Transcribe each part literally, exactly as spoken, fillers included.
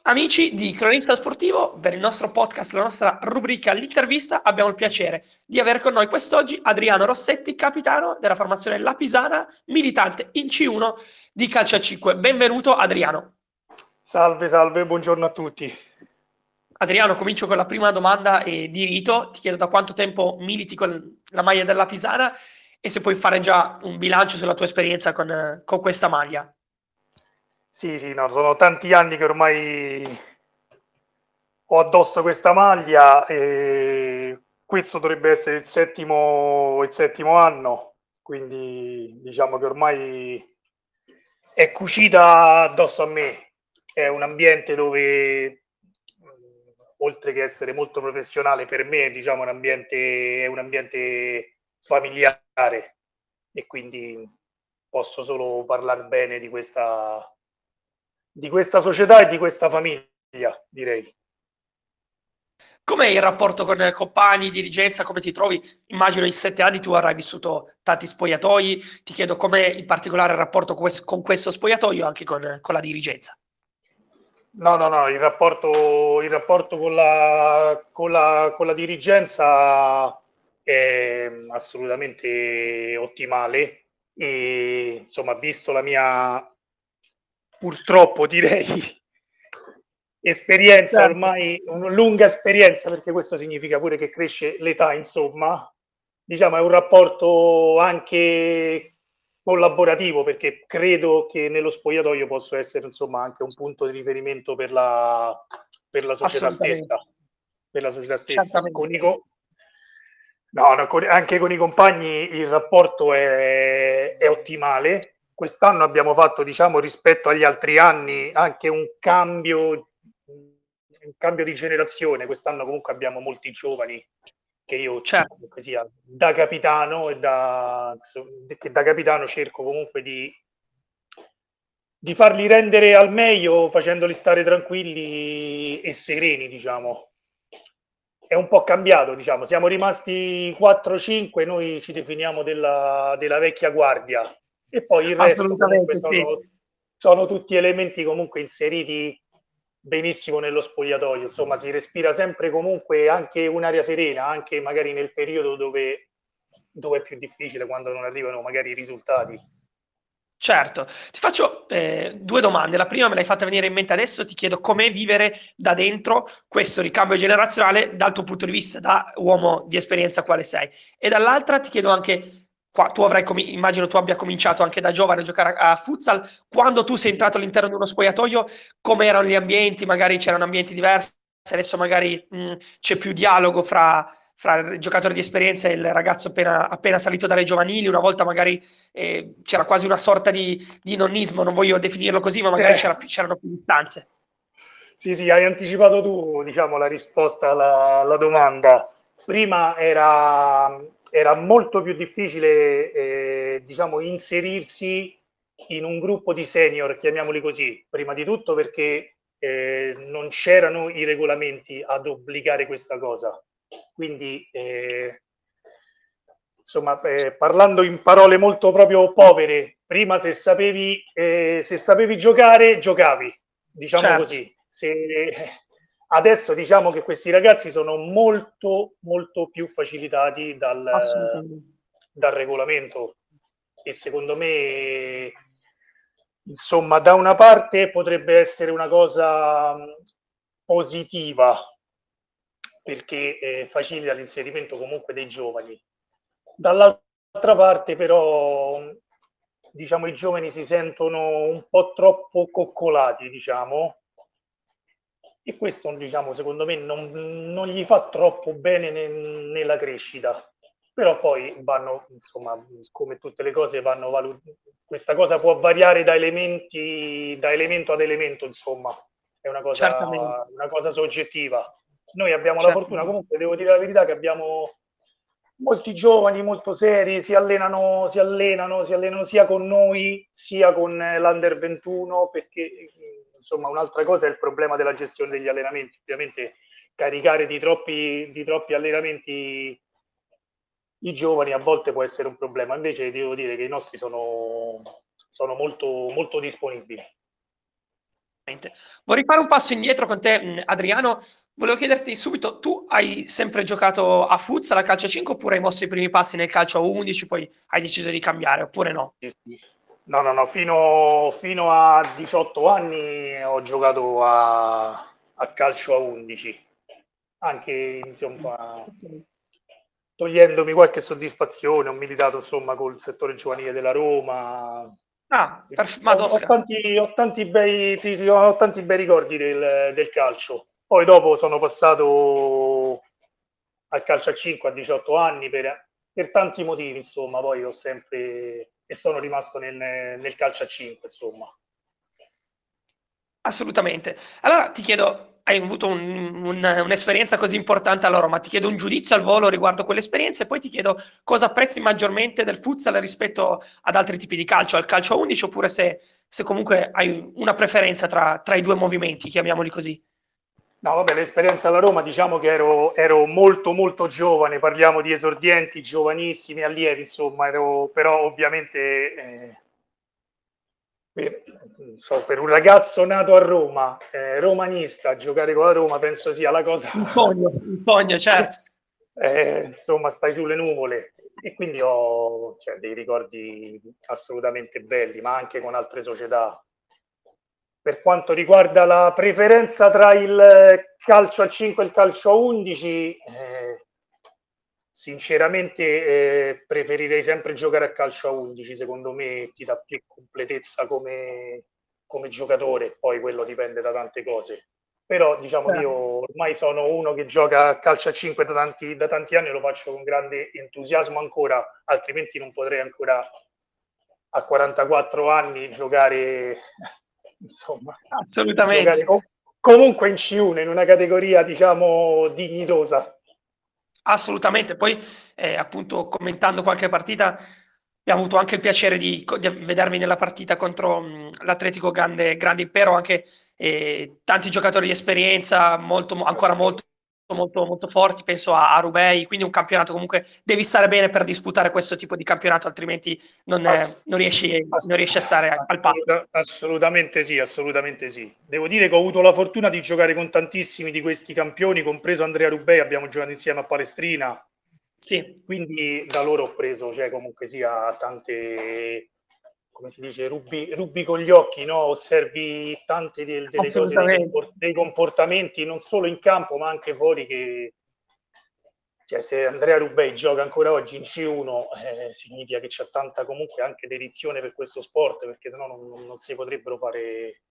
Amici di Cronista Sportivo, per il nostro podcast, la nostra rubrica L'intervista, abbiamo il piacere di avere con noi quest'oggi Adriano Rossetti, capitano della formazione Lapisana, militante in C uno di calcio a cinque. Benvenuto Adriano. Salve, salve, buongiorno a tutti. Adriano, comincio con la prima domanda eh, di rito. Ti chiedo da quanto tempo militi con la maglia della Pisana e se puoi fare già un bilancio sulla tua esperienza con, eh, con questa maglia. Sì, sì, no, sono tanti anni che ormai ho addosso questa maglia e questo dovrebbe essere il settimo, il settimo anno, quindi diciamo che ormai è cucita addosso a me. È un ambiente dove, mh, oltre che essere molto professionale, per me diciamo, un ambiente, è un ambiente familiare e quindi posso solo parlare bene di questa, di questa società e di questa famiglia, direi. Com'è il rapporto con eh, compagni, dirigenza? Come ti trovi? Immagino in sette anni tu avrai vissuto tanti spogliatoi. Ti chiedo com'è in particolare il rapporto con questo con questo spogliatoio e anche con, con la dirigenza. No, no, no, il rapporto, il rapporto con la, con la, con la dirigenza è assolutamente ottimale e insomma, visto la mia, purtroppo direi, esperienza Certo. ormai, una lunga esperienza, perché questo significa pure che cresce l'età, insomma, diciamo è un rapporto anche collaborativo, perché credo che nello spogliatoio possa essere insomma anche un punto di riferimento per la, per la società Assolutamente, stessa, per la società stessa. Con certamente. i, co- no, no, con- anche con i compagni il rapporto è, è ottimale. Quest'anno abbiamo fatto, diciamo, rispetto agli altri anni, anche un cambio, un cambio di generazione. Quest'anno comunque abbiamo molti giovani che io Certo, comunque sia da capitano e da, che da capitano cerco comunque di, di farli rendere al meglio facendoli stare tranquilli e sereni, diciamo. È un po' cambiato, diciamo. Siamo rimasti quattro cinque, noi ci definiamo della, della vecchia guardia e poi il resto comunque assolutamente sì. sono, sono tutti elementi comunque inseriti benissimo nello spogliatoio. Insomma, si respira sempre comunque anche un'aria serena, anche magari nel periodo dove, dove è più difficile, quando non arrivano magari i risultati. Certo, ti faccio eh, due domande. La prima me l'hai fatta venire in mente adesso, ti chiedo com'è vivere da dentro questo ricambio generazionale dal tuo punto di vista, da uomo di esperienza quale sei. E dall'altra ti chiedo anche, qua, tu avrai, comi- immagino tu abbia cominciato anche da giovane a giocare a, a futsal, quando tu sei entrato all'interno di uno spogliatoio, come erano gli ambienti? Magari c'erano ambienti diversi, adesso magari mh, c'è più dialogo fra... fra il giocatore di esperienza e il ragazzo appena, appena salito dalle giovanili, una volta magari eh, c'era quasi una sorta di, di nonnismo, non voglio definirlo così, ma magari Eh, c'era più- c'erano più distanze. sì, sì, hai anticipato tu, diciamo, la risposta alla, alla domanda. Prima era, era molto più difficile, eh, diciamo, inserirsi in un gruppo di senior, chiamiamoli così, prima di tutto perché eh, non c'erano i regolamenti ad obbligare questa cosa. Quindi, eh, insomma, eh, parlando in parole molto proprio povere, prima se sapevi, eh, se sapevi giocare, giocavi, diciamo Certo, così. Se, adesso diciamo che questi ragazzi sono molto, molto più facilitati dal, assolutamente. dal regolamento e secondo me, insomma, da una parte potrebbe essere una cosa mh, positiva perché eh, facilita l'inserimento comunque dei giovani. Dall'altra parte però, diciamo, i giovani si sentono un po' troppo coccolati, diciamo, e questo, diciamo, secondo me non, non gli fa troppo bene ne, nella crescita. Però poi vanno, insomma, come tutte le cose, vanno valutati. Questa cosa può variare da elementi, da elemento ad elemento, insomma, è una Certamente, cosa, una cosa soggettiva. Noi abbiamo la fortuna, certamente. comunque, devo dire la verità, che abbiamo molti giovani molto seri, si allenano, si allenano, si allenano sia con noi sia con l'Under ventuno, perché insomma un'altra cosa è il problema della gestione degli allenamenti. Ovviamente caricare di troppi, di troppi allenamenti i giovani a volte può essere un problema, invece devo dire che i nostri sono, sono molto, molto disponibili. Vorrei fare un passo indietro con te, mh, Adriano. Volevo chiederti subito, tu hai sempre giocato a futsal, a calcio a cinque, oppure hai mosso i primi passi nel calcio a undici, poi hai deciso di cambiare, oppure no? Sì, sì. No, no, no, fino, fino a diciotto anni ho giocato a, a calcio a undici, anche insomma, togliendomi qualche soddisfazione, ho militato insomma col settore giovanile della Roma. Ah, perf- Ho, ho Madosca. tanti, ho tanti bei, sì, sì, ho tanti bei ricordi del, del calcio. Poi dopo sono passato al calcio a cinque a diciotto anni per, per tanti motivi, insomma, poi ho sempre e sono rimasto nel, nel calcio a cinque, insomma. Assolutamente. Allora ti chiedo, hai avuto un- un- un'esperienza così importante a Roma, ti chiedo un giudizio al volo riguardo quell'esperienza e poi ti chiedo cosa apprezzi maggiormente del futsal rispetto ad altri tipi di calcio, al calcio a undici, oppure se, se comunque hai una preferenza tra, tra i due movimenti, chiamiamoli così. No, vabbè, l'esperienza alla Roma, diciamo che ero, ero molto molto giovane, parliamo di esordienti, giovanissimi, allievi, insomma, ero, però ovviamente eh, per, so, per un ragazzo nato a Roma, eh, romanista, giocare con la Roma penso sia la cosa Un sogno, un sogno, certo. eh, insomma, stai sulle nuvole e quindi ho cioè, dei ricordi assolutamente belli, ma anche con altre società. Per quanto riguarda la preferenza tra il calcio a cinque e il calcio a undici, eh, sinceramente eh, preferirei sempre giocare a calcio a undici, secondo me ti dà più completezza come, come giocatore, poi quello dipende da tante cose. Però diciamo che io Certo. ormai sono uno che gioca a calcio a cinque da tanti, da tanti anni e lo faccio con grande entusiasmo ancora, altrimenti non potrei ancora a quarantaquattro anni giocare, insomma, giocare Assolutamente. com- comunque in C uno, in una categoria diciamo dignitosa. Assolutamente, poi eh, appunto commentando qualche partita abbiamo avuto anche il piacere di, di vedermi nella partita contro mh, l'Atletico Grande, Grande Impero, anche eh, tanti giocatori di esperienza, molto, mo- ancora molto, molto, molto forti, penso a, a Rubei, quindi un campionato comunque devi stare bene per disputare questo tipo di campionato, altrimenti non, eh, Ass- non riesci, ass- non riesci a stare al passo. assoluta- assolutamente sì, assolutamente sì. Devo dire che ho avuto la fortuna di giocare con tantissimi di questi campioni, compreso Andrea Rubei, abbiamo giocato insieme a Palestrina, Sì, quindi da loro ho preso, cioè comunque sia tante, come si dice, rubi, rubi con gli occhi, no? Osservi tante del- delle cose, dei, assolutamente. compor- dei comportamenti, non solo in campo, ma anche fuori che cioè, se Andrea Rubei gioca ancora oggi in C uno, eh, significa che c'è tanta comunque anche dedizione per questo sport, perché sennò non, non si potrebbero fare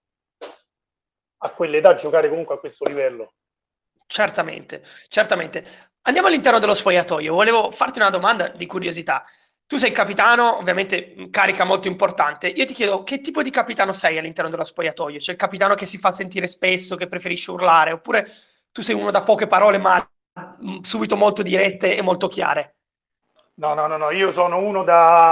a quell'età giocare comunque a questo livello. Certamente, certamente. Andiamo all'interno dello spogliatoio. Volevo farti una domanda di curiosità. Tu sei capitano, ovviamente mh, carica molto importante. Io ti chiedo che tipo di capitano sei all'interno dello spogliatoio? C'è il capitano che si fa sentire spesso, che preferisce urlare, oppure tu sei uno da poche parole, ma mh, subito molto dirette e molto chiare? No, no, no, no, io sono uno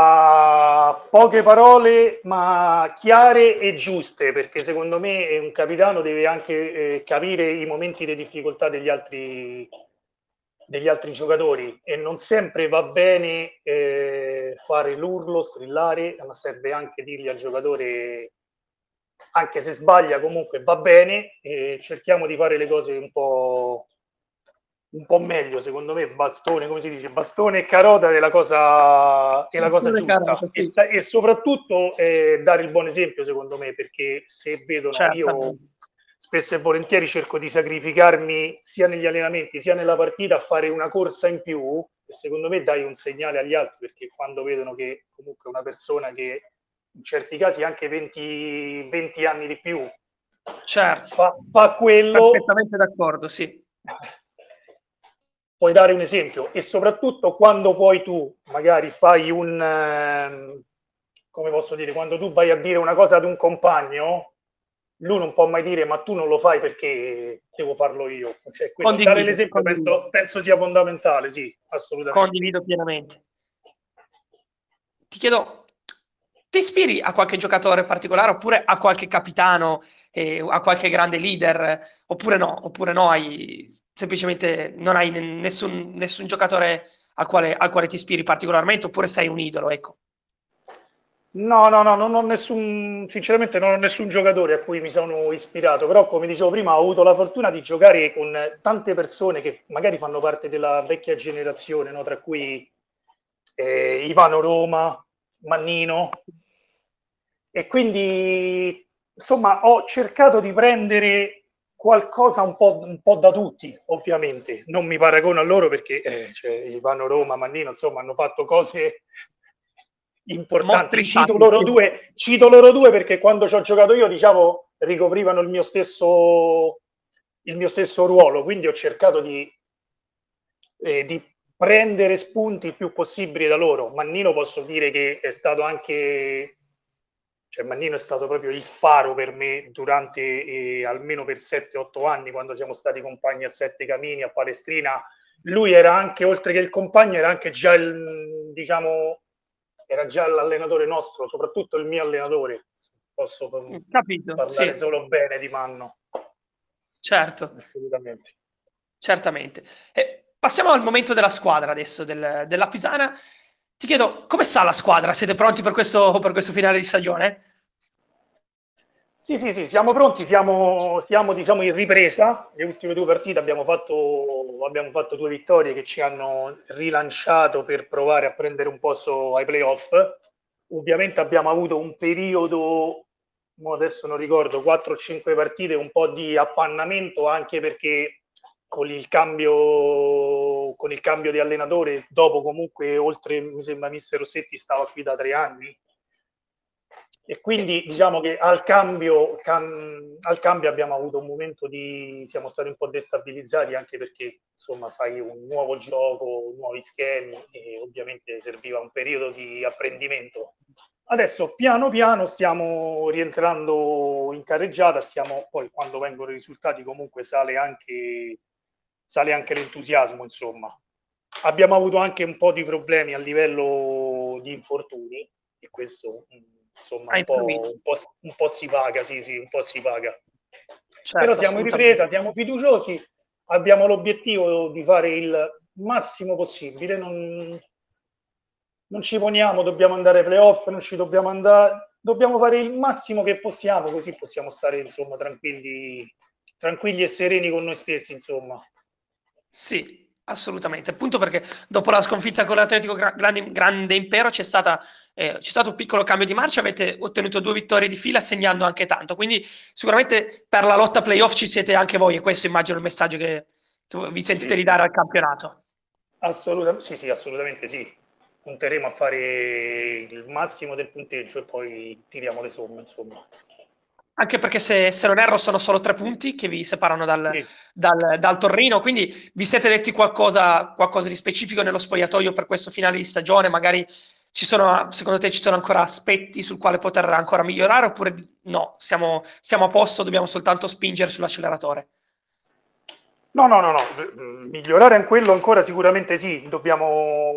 da poche parole ma chiare e giuste, perché secondo me un capitano deve anche eh, capire i momenti di difficoltà degli altri, degli altri giocatori e non sempre va bene eh, fare l'urlo, strillare, ma serve anche dirgli al giocatore, anche se sbaglia comunque va bene, e cerchiamo di fare le cose un po' un po' meglio, secondo me, bastone, come si dice, bastone e carota è la cosa, è la cosa Attenzione, giusta Carlotta, e, sì, sta- e soprattutto eh, dare il buon esempio, secondo me, perché se vedono, io certamente. spesso e volentieri cerco di sacrificarmi sia negli allenamenti sia nella partita a fare una corsa in più e secondo me dai un segnale agli altri, perché quando vedono che comunque una persona che in certi casi anche venti, venti anni di più Certo, fa, fa quello, perfettamente d'accordo, sì. puoi dare un esempio e soprattutto quando poi tu magari fai un, eh, come posso dire, quando tu vai a dire una cosa ad un compagno, lui non può mai dire ma tu non lo fai perché devo farlo io. Cioè, quello, dare Condivido, l'esempio condivido, penso, penso sia fondamentale, sì, assolutamente. condivido pienamente. Ti chiedo, ti ispiri a qualche giocatore particolare oppure a qualche capitano, eh, a qualche grande leader, oppure no, oppure no, hai semplicemente non hai ne- nessun, nessun giocatore al quale, al quale ti ispiri particolarmente, oppure sei un idolo, ecco. No, no, no, non ho nessun, sinceramente non ho nessun giocatore a cui mi sono ispirato, però come dicevo prima ho avuto la fortuna di giocare con tante persone che magari fanno parte della vecchia generazione, no? Tra cui eh, Ivano Roma, Mannino, e quindi insomma ho cercato di prendere qualcosa un po', un po' da tutti, ovviamente. Non mi paragono a loro perché eh, cioè, Ivano Roma, Mannino, insomma, hanno fatto cose importanti. Mostri Cito sacri, loro sì. due, cito loro due perché quando ci ho giocato io, diciamo, ricoprivano il mio stesso, il mio stesso ruolo, quindi ho cercato di, eh, di prendere spunti il più possibile da loro. Mannino posso dire che è stato anche, cioè Mannino è stato proprio il faro per me durante eh, almeno per sette otto anni, quando siamo stati compagni a Sette Camini, a Palestrina. Lui era anche, oltre che il compagno, era anche già il, diciamo, era già l'allenatore nostro, soprattutto il mio allenatore. Posso Capito, parlare sì, solo bene di Manno, certo. assolutamente. Certamente. E passiamo al momento della squadra adesso, del- della Pisana. Ti chiedo, come sta la squadra? Siete pronti per questo, per questo finale di stagione? Sì, sì, sì, siamo pronti, siamo, siamo diciamo in ripresa. Le ultime due partite abbiamo fatto, abbiamo fatto due vittorie che ci hanno rilanciato per provare a prendere un posto ai playoff. Ovviamente abbiamo avuto un periodo, mo adesso non ricordo, quattro o cinque partite, un po' di appannamento anche perché con il cambio, con il cambio di allenatore, dopo comunque oltre, mi sembra, Mister Rossetti stava qui da tre anni, e Eh, quindi diciamo che al cambio, cam, al cambio abbiamo avuto un momento di, siamo stati un po' destabilizzati anche perché insomma fai un nuovo gioco, nuovi schemi e ovviamente serviva un periodo di apprendimento. Adesso piano piano stiamo rientrando in carreggiata, stiamo, poi quando vengono i risultati comunque sale anche, sale anche l'entusiasmo, insomma. Abbiamo avuto anche un po' di problemi a livello di infortuni e questo insomma Ha un po', influito. un po', un po' si paga, sì, sì, un po' si paga. Però Certo, siamo in assolutamente. ripresa, siamo fiduciosi, abbiamo l'obiettivo di fare il massimo possibile, non, non ci poniamo, dobbiamo andare ai playoff, non ci dobbiamo andare, dobbiamo fare il massimo che possiamo, così possiamo stare insomma tranquilli, tranquilli e sereni con noi stessi, insomma. Sì, assolutamente. Appunto perché dopo la sconfitta con l'Atletico Gra- Grande, Grande Impero c'è stata, eh, c'è stato un piccolo cambio di marcia, avete ottenuto due vittorie di fila segnando anche tanto. Quindi sicuramente per la lotta playoff ci siete anche voi e questo immagino il messaggio che, che vi Sì, sentite di sì, dare al campionato. assolutamente sì, sì, assolutamente sì. Punteremo a fare il massimo del punteggio e poi tiriamo le somme, insomma. Anche perché se, se non erro sono solo tre punti che vi separano dal, Sì. dal- dal Torino, quindi vi siete detti qualcosa, qualcosa di specifico nello spogliatoio per questo finale di stagione? Magari ci sono, secondo te ci sono ancora aspetti sul quale poter ancora migliorare oppure no, siamo, siamo a posto, dobbiamo soltanto spingere sull'acceleratore? No, no, no, no, migliorare in quello ancora sicuramente sì, dobbiamo,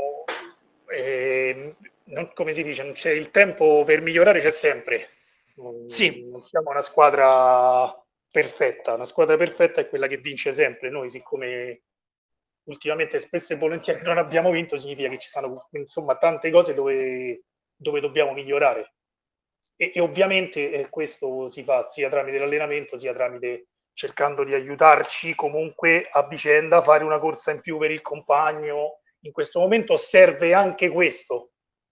eh, non, come si dice, non c'è il tempo per migliorare, c'è sempre. Sì, Non siamo una squadra perfetta, una squadra perfetta è quella che vince sempre. Noi, siccome ultimamente spesso e volentieri non abbiamo vinto, significa che ci sono insomma tante cose dove, dove dobbiamo migliorare. E, e ovviamente eh, questo si fa sia tramite l'allenamento sia tramite cercando di aiutarci comunque a vicenda, fare una corsa in più per il compagno. In questo momento serve anche questo.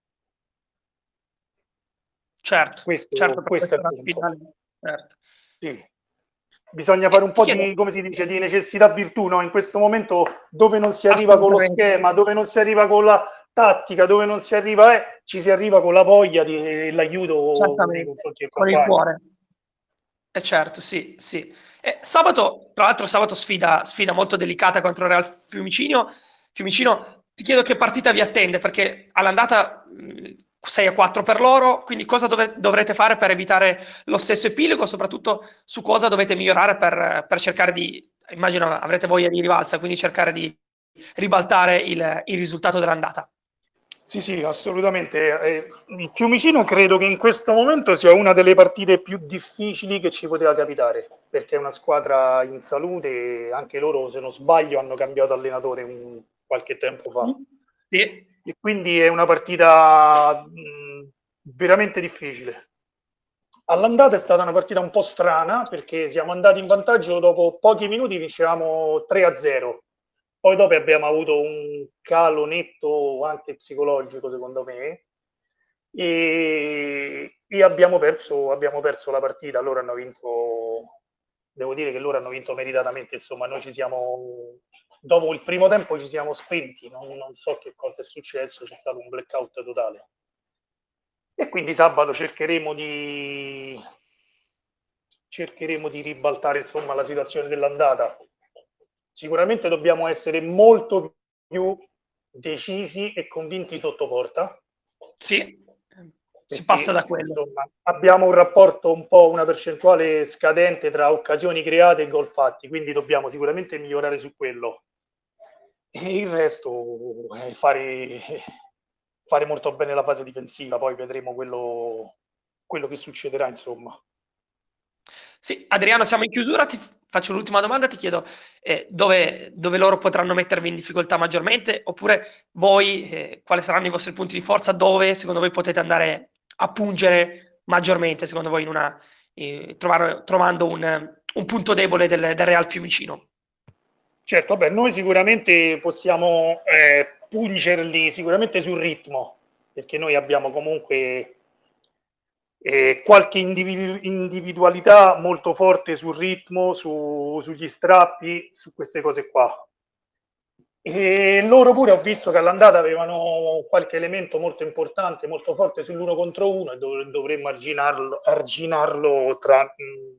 certo, certo, Questo, per questo è questo il era punto. finale. Certo. Sì. Bisogna fare E un ti po' chiedo, di, come si dice, di necessità virtù, no? In questo momento dove non si arriva con lo assolutamente, schema, dove non si arriva con la tattica, dove non si arriva, eh, ci si arriva con la voglia di, e l'aiuto nei certamente, confronti del con il compagno. cuore. Eh certo, sì, sì. E sabato, tra l'altro sabato sfida, sfida molto delicata contro il Real Fiumicino. Fiumicino, ti chiedo che partita vi attende, perché all'andata mh, sei a quattro per loro, quindi cosa dove- dovrete fare per evitare lo stesso epilogo, soprattutto su cosa dovete migliorare per, per cercare di, immagino avrete voglia di rivalsa, quindi cercare di ribaltare il, il risultato dell'andata. Sì, sì, assolutamente. Eh, il Fiumicino credo che in questo momento sia una delle partite più difficili che ci poteva capitare, perché è una squadra in salute e anche loro, se non sbaglio, hanno cambiato allenatore un, qualche tempo fa. Sì, E quindi è una partita mh, veramente difficile. All'andata è stata una partita un po' strana perché siamo andati in vantaggio dopo pochi minuti, vincevamo tre a zero. Poi dopo abbiamo avuto un calo netto anche psicologico, secondo me, e, e abbiamo, perso, abbiamo perso la partita. Loro hanno vinto, devo dire che loro hanno vinto meritatamente. Insomma, noi ci siamo, dopo il primo tempo ci siamo spenti, non, non so che cosa è successo, c'è stato un blackout totale. E quindi sabato cercheremo di, cercheremo di ribaltare insomma la situazione dell'andata. Sicuramente dobbiamo essere molto più decisi e convinti sotto porta. Sì, si passa Perché da quello. insomma, abbiamo un rapporto un po', una percentuale scadente tra occasioni create e gol fatti, quindi dobbiamo sicuramente migliorare su quello. E il resto è fare, fare molto bene la fase difensiva, poi vedremo quello, quello che succederà, insomma. Sì, Adriano, siamo in chiusura, ti faccio l'ultima domanda, ti chiedo eh, dove, dove loro potranno mettervi in difficoltà maggiormente, oppure voi, eh, quali saranno i vostri punti di forza, dove secondo voi potete andare a pungere maggiormente, secondo voi, in una, eh, trovare- trovando un, un punto debole del, del Real Fiumicino. Certo, vabbè, noi sicuramente possiamo eh, pungerli sicuramente sul ritmo, perché noi abbiamo comunque eh, qualche individu- individualità molto forte sul ritmo, su, sugli strappi, su queste cose qua. E loro pure ho visto che all'andata avevano qualche elemento molto importante, molto forte sull'uno contro uno e dov- dovremmo arginarlo, arginarlo tra, mh,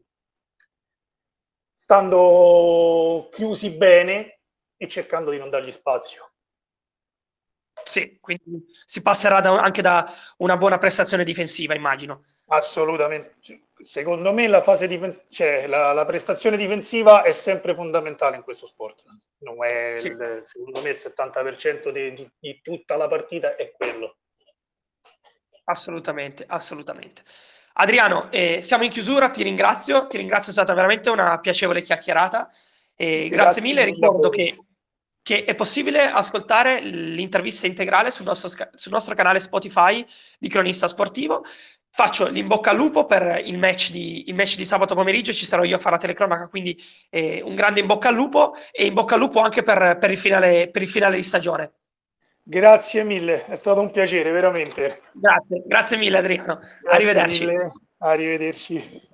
stando chiusi bene e cercando di non dargli spazio. Sì, quindi si passerà da- anche da una buona prestazione difensiva, immagino. Assolutamente. Secondo me la fase difensiva, cioè la, la prestazione difensiva è sempre fondamentale in questo sport. Non è Sì. il, secondo me il settanta per cento di, di, di tutta la partita è quello. Assolutamente, assolutamente. Adriano, eh, siamo in chiusura, ti ringrazio, ti ringrazio, è stata veramente una piacevole chiacchierata. E grazie Grazie mille, mille a ricordo voi. che, che è possibile ascoltare l'intervista integrale sul nostro, sca- sul nostro canale Spotify di Cronista Sportivo. Faccio l'in bocca al lupo per il match di, il match di sabato pomeriggio, ci sarò io a fare la telecronaca, quindi eh, un grande in bocca al lupo e in bocca al lupo anche per, per il finale, per il finale di stagione. Grazie mille, è stato un piacere, veramente. Grazie, grazie mille Adriano, Grazie arrivederci. mille, arrivederci.